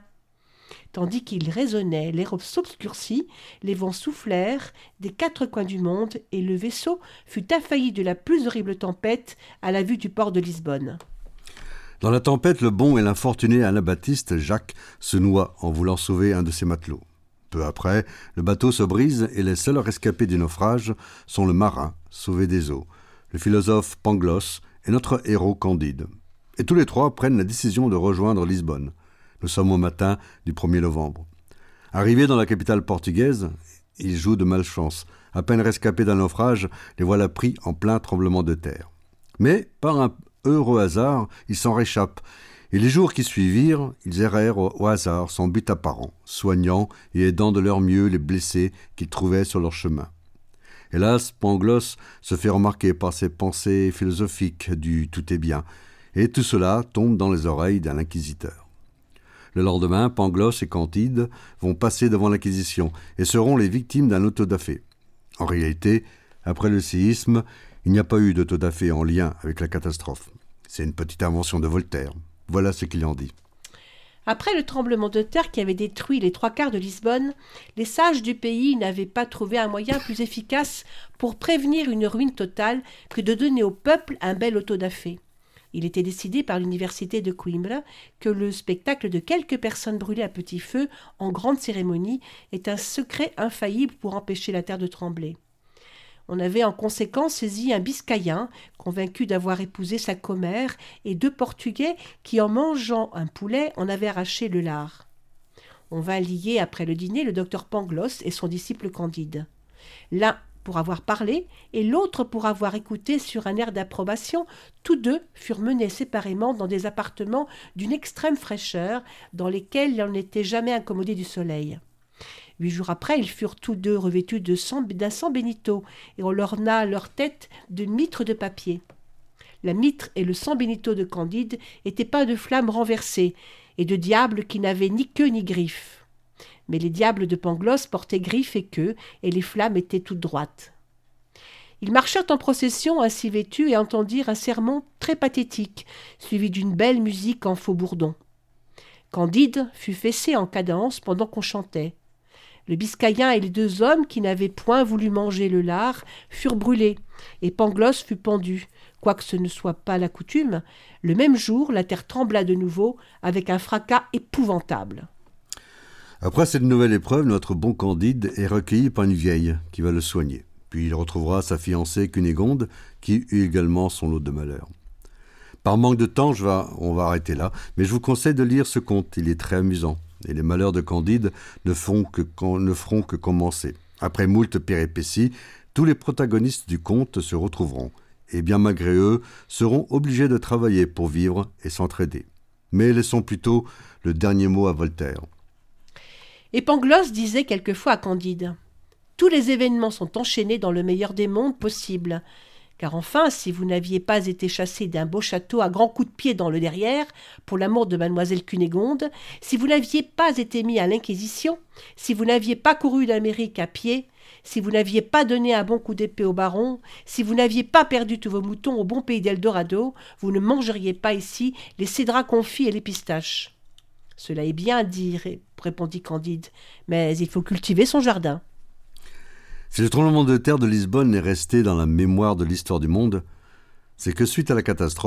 Tandis qu'il raisonnait, l'air s'obscurcit, les vents soufflèrent des 4 coins du monde, et le vaisseau fut affailli de la plus horrible tempête à la vue du port de Lisbonne. Dans la tempête, le bon et l'infortuné anabaptiste Jacques se noie en voulant sauver un de ses matelots. Peu après, le bateau se brise et les seuls rescapés du naufrage sont le marin, sauvé des eaux, le philosophe Pangloss et notre héros Candide. Et tous les 3 prennent la décision de rejoindre Lisbonne. Nous sommes au matin du 1er novembre. Arrivés dans la capitale portugaise, ils jouent de malchance. À peine rescapés d'un naufrage, les voilà pris en plein tremblement de terre. Mais, par un heureux hasard, ils s'en réchappent. Et les jours qui suivirent, ils errèrent au hasard, sans but apparent, soignant et aidant de leur mieux les blessés qu'ils trouvaient sur leur chemin. Hélas, Pangloss se fait remarquer par ses pensées philosophiques du « tout est bien », et tout cela tombe dans les oreilles d'un inquisiteur. Le lendemain, Pangloss et Candide vont passer devant l'Inquisition et seront les victimes d'un autodafé. En réalité, après le séisme, il n'y a pas eu d'autodafé en lien avec la catastrophe. C'est une petite invention de Voltaire. Voilà ce qu'il en dit. Après le tremblement de terre qui avait détruit les 3/4 de Lisbonne, les sages du pays n'avaient pas trouvé un moyen plus efficace pour prévenir une ruine totale que de donner au peuple un bel autodafé. Il était décidé par l'université de Coimbra que le spectacle de quelques personnes brûlées à petit feu en grande cérémonie est un secret infaillible pour empêcher la terre de trembler. On avait en conséquence saisi un Biscayen, convaincu d'avoir épousé sa commère, et 2 Portugais qui, en mangeant un poulet, en avaient arraché le lard. On vint lier après le dîner le docteur Pangloss et son disciple Candide. L'un pour avoir parlé et l'autre pour avoir écouté sur un air d'approbation, tous 2 furent menés séparément dans des appartements d'une extrême fraîcheur, dans lesquels ils n'étaient jamais incommodés du soleil. 8 jours après, ils furent tous 2 revêtus d'un sang bénito, et on leur orna leur tête de mitre de papier. La mitre et le sang bénito de Candide étaient peints de flammes renversées, et de diables qui n'avaient ni queue ni griffes. Mais les diables de Pangloss portaient griffes et queue, et les flammes étaient toutes droites. Ils marchèrent en procession ainsi vêtus et entendirent un sermon très pathétique, suivi d'une belle musique en faux bourdon. Candide fut fessé en cadence pendant qu'on chantait. Le Biscayen et les 2 hommes qui n'avaient point voulu manger le lard furent brûlés, et Pangloss fut pendu. Quoique ce ne soit pas la coutume, le même jour, la terre trembla de nouveau avec un fracas épouvantable. Après cette nouvelle épreuve, notre bon Candide est recueilli par une vieille qui va le soigner. Puis il retrouvera sa fiancée Cunégonde, qui eut également son lot de malheur. Par manque de temps, on va arrêter là, mais je vous conseille de lire ce conte, il est très amusant. Et les malheurs de Candide ne feront que commencer. Après moult péripéties, tous les protagonistes du conte se retrouveront, et bien malgré eux, seront obligés de travailler pour vivre et s'entraider. Mais laissons plutôt le dernier mot à Voltaire. Et Pangloss disait quelquefois à Candide « Tous les événements sont enchaînés dans le meilleur des mondes possibles. Car enfin, si vous n'aviez pas été chassé d'un beau château à grands coups de pied dans le derrière, pour l'amour de mademoiselle Cunégonde, si vous n'aviez pas été mis à l'Inquisition, si vous n'aviez pas couru d'Amérique à pied, si vous n'aviez pas donné un bon coup d'épée au baron, si vous n'aviez pas perdu tous vos moutons au bon pays d'Eldorado, vous ne mangeriez pas ici les cédrats confits et les pistaches. » « Cela est bien dit, répondit Candide, mais il faut cultiver son jardin. » Si le tremblement de terre de Lisbonne est resté dans la mémoire de l'histoire du monde, c'est que suite à la catastrophe,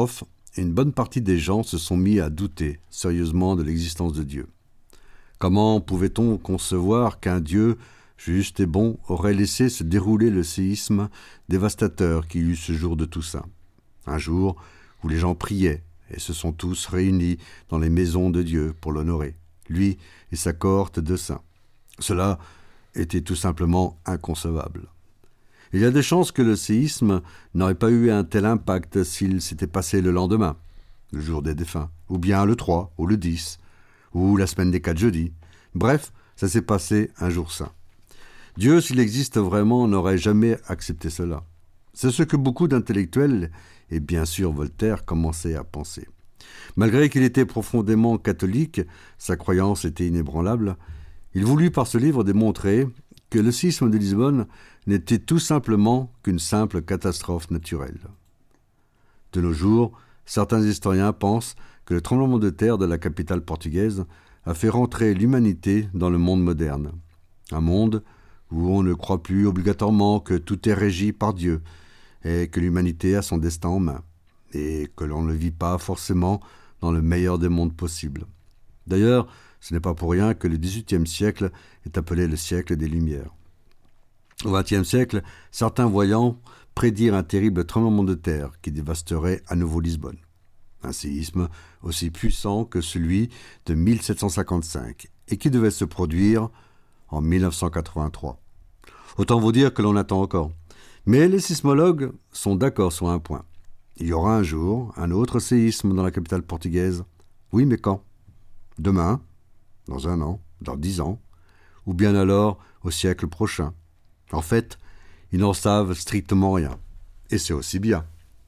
une bonne partie des gens se sont mis à douter sérieusement de l'existence de Dieu. Comment pouvait-on concevoir qu'un Dieu juste et bon aurait laissé se dérouler le séisme dévastateur qui eut ce jour de Toussaint? Un jour où les gens priaient et se sont tous réunis dans les maisons de Dieu pour l'honorer, lui et sa cohorte de saints. Cela était tout simplement inconcevable. Il y a des chances que le séisme n'aurait pas eu un tel impact s'il s'était passé le lendemain, le jour des défunts, ou bien le 3, ou le 10, ou la semaine des 4 jeudis. Bref, ça s'est passé un jour saint. Dieu, s'il existe vraiment, n'aurait jamais accepté cela. C'est ce que beaucoup d'intellectuels, et bien sûr Voltaire, commençaient à penser. Malgré qu'il était profondément catholique, sa croyance était inébranlable, il voulut par ce livre démontrer que le séisme de Lisbonne n'était tout simplement qu'une simple catastrophe naturelle. De nos jours, certains historiens pensent que le tremblement de terre de la capitale portugaise a fait rentrer l'humanité dans le monde moderne. Un monde où on ne croit plus obligatoirement que tout est régi par Dieu et que l'humanité a son destin en main, et que l'on ne vit pas forcément dans le meilleur des mondes possibles. D'ailleurs, ce n'est pas pour rien que le XVIIIe siècle est appelé le siècle des Lumières. Au XXe siècle, certains voyants prédirent un terrible tremblement de terre qui dévasterait à nouveau Lisbonne. Un séisme aussi puissant que celui de 1755 et qui devait se produire en 1983. Autant vous dire que l'on attend encore. Mais les sismologues sont d'accord sur un point. Il y aura un jour un autre séisme dans la capitale portugaise. Oui, mais quand? Demain? Dans 1 an? Dans 10 ans? Ou bien alors au siècle prochain? En fait, ils n'en savent strictement rien. Et c'est aussi bien.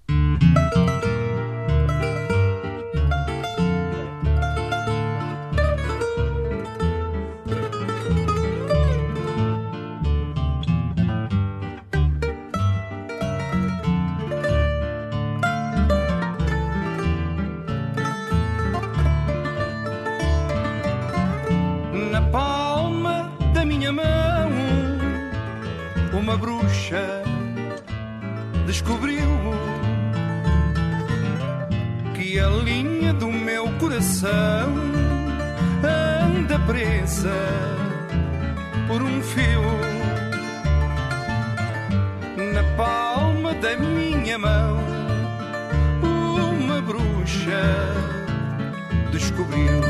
Na palma da minha mão, uma bruxa descobriu que a linha do meu coração anda presa por um fio. Na palma da minha mão, uma bruxa descobriu.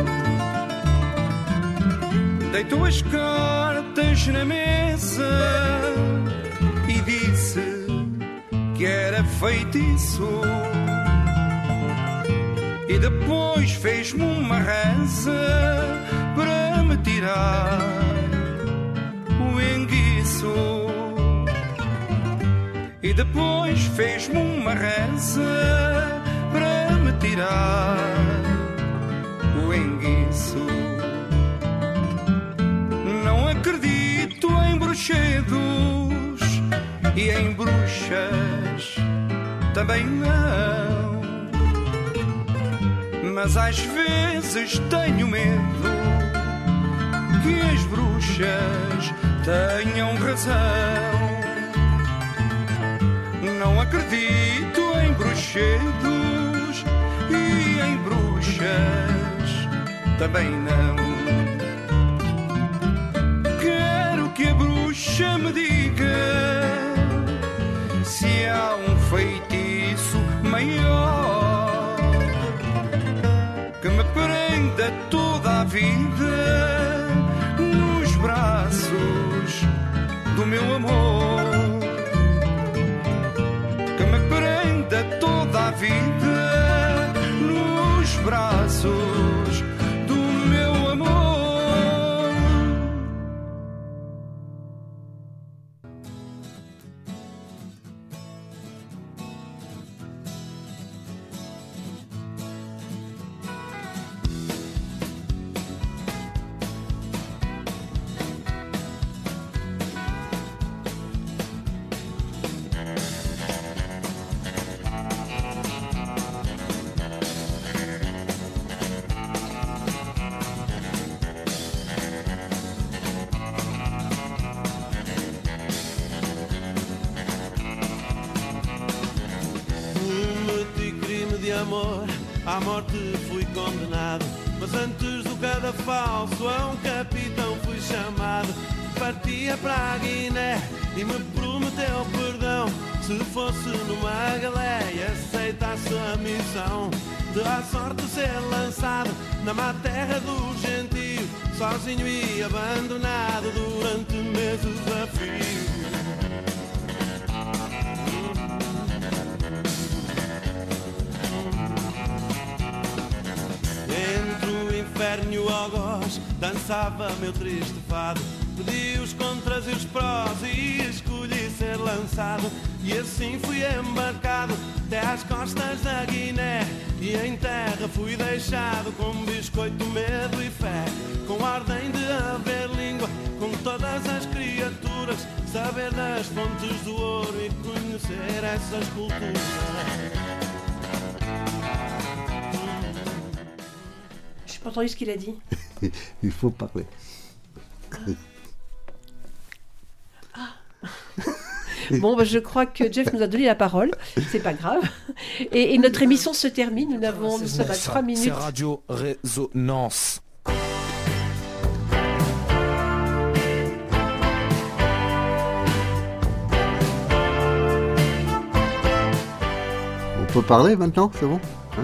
Deitou as cartas na mesa e disse que era feitiço. E depois fez-me uma reza para me tirar o enguiço. E depois fez-me uma reza para me tirar o enguiço. Não acredito em bruxedos e em bruxas também não. Mas às vezes tenho medo que as bruxas tenham razão. Não acredito em bruxedos e em bruxas também não. Que a bruxa me diga se há um feitiço maior que me prenda toda a vida nos braços do meu amor, que me prenda toda a vida nos braços do meu amor. amor, à morte fui condenado. Mas antes do cadafalso a um capitão fui chamado. Partia para a Guiné e me prometeu perdão. Se fosse numa galé e aceitasse a missão de à sorte ser lançado na má terra do gentio, sozinho e abandonado durante meses a fio. Entre o inferno e o algoz dançava meu triste fado. Pedi os contras e os prós e escolhi ser lançado. E assim fui embarcado até às costas da Guiné. E em terra fui deixado com biscoito, medo e fé, com a ordem de haver língua com todas as criaturas, saber das fontes do ouro e conhecer essas culturas. J'ai pas entendu ce qu'il a dit. Il faut parler. Bon, bah, je crois que Jeff nous a donné la parole. C'est pas grave. Et notre émission se termine. Nous sommes à 3 minutes. C'est Radio Résonance. On peut parler maintenant, c'est bon, hein?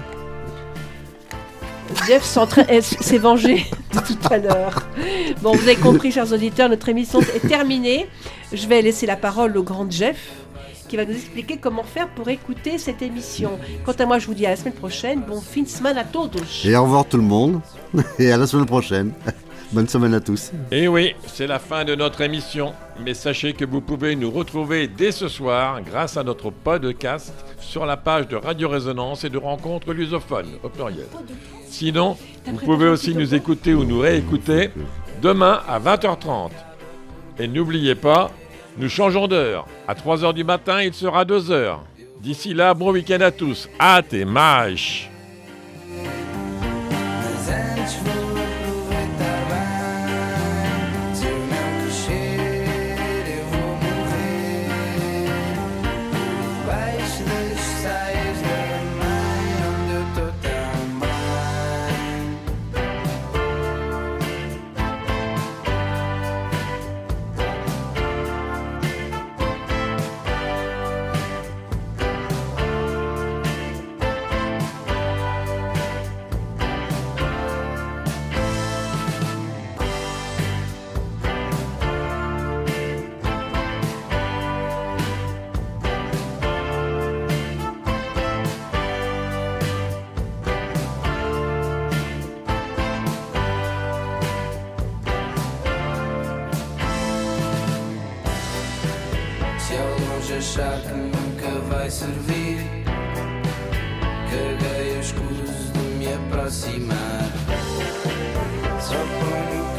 Jeff s'est vengé de tout à l'heure. Bon, vous avez compris, chers auditeurs, notre émission est terminée. Je vais laisser la parole au grand Jeff, qui va nous expliquer comment faire pour écouter cette émission. Quant à moi, je vous dis à la semaine prochaine. Bon fin de semaine à todos. Et au revoir tout le monde. Et à la semaine prochaine. Bonne semaine à tous. Et oui, c'est la fin de notre émission. Mais sachez que vous pouvez nous retrouver dès ce soir grâce à notre podcast sur la page de Radio Résonance et de Rencontres Lusophones, au pluriel. Sinon, vous pouvez aussi nous écouter ou nous réécouter demain à 20h30. Et n'oubliez pas, nous changeons d'heure. À 3h du matin, il sera 2h. D'ici là, bon week-end à tous. Até mais! Achar que nunca vai servir, caguei o escudo de me aproximar. Só ponho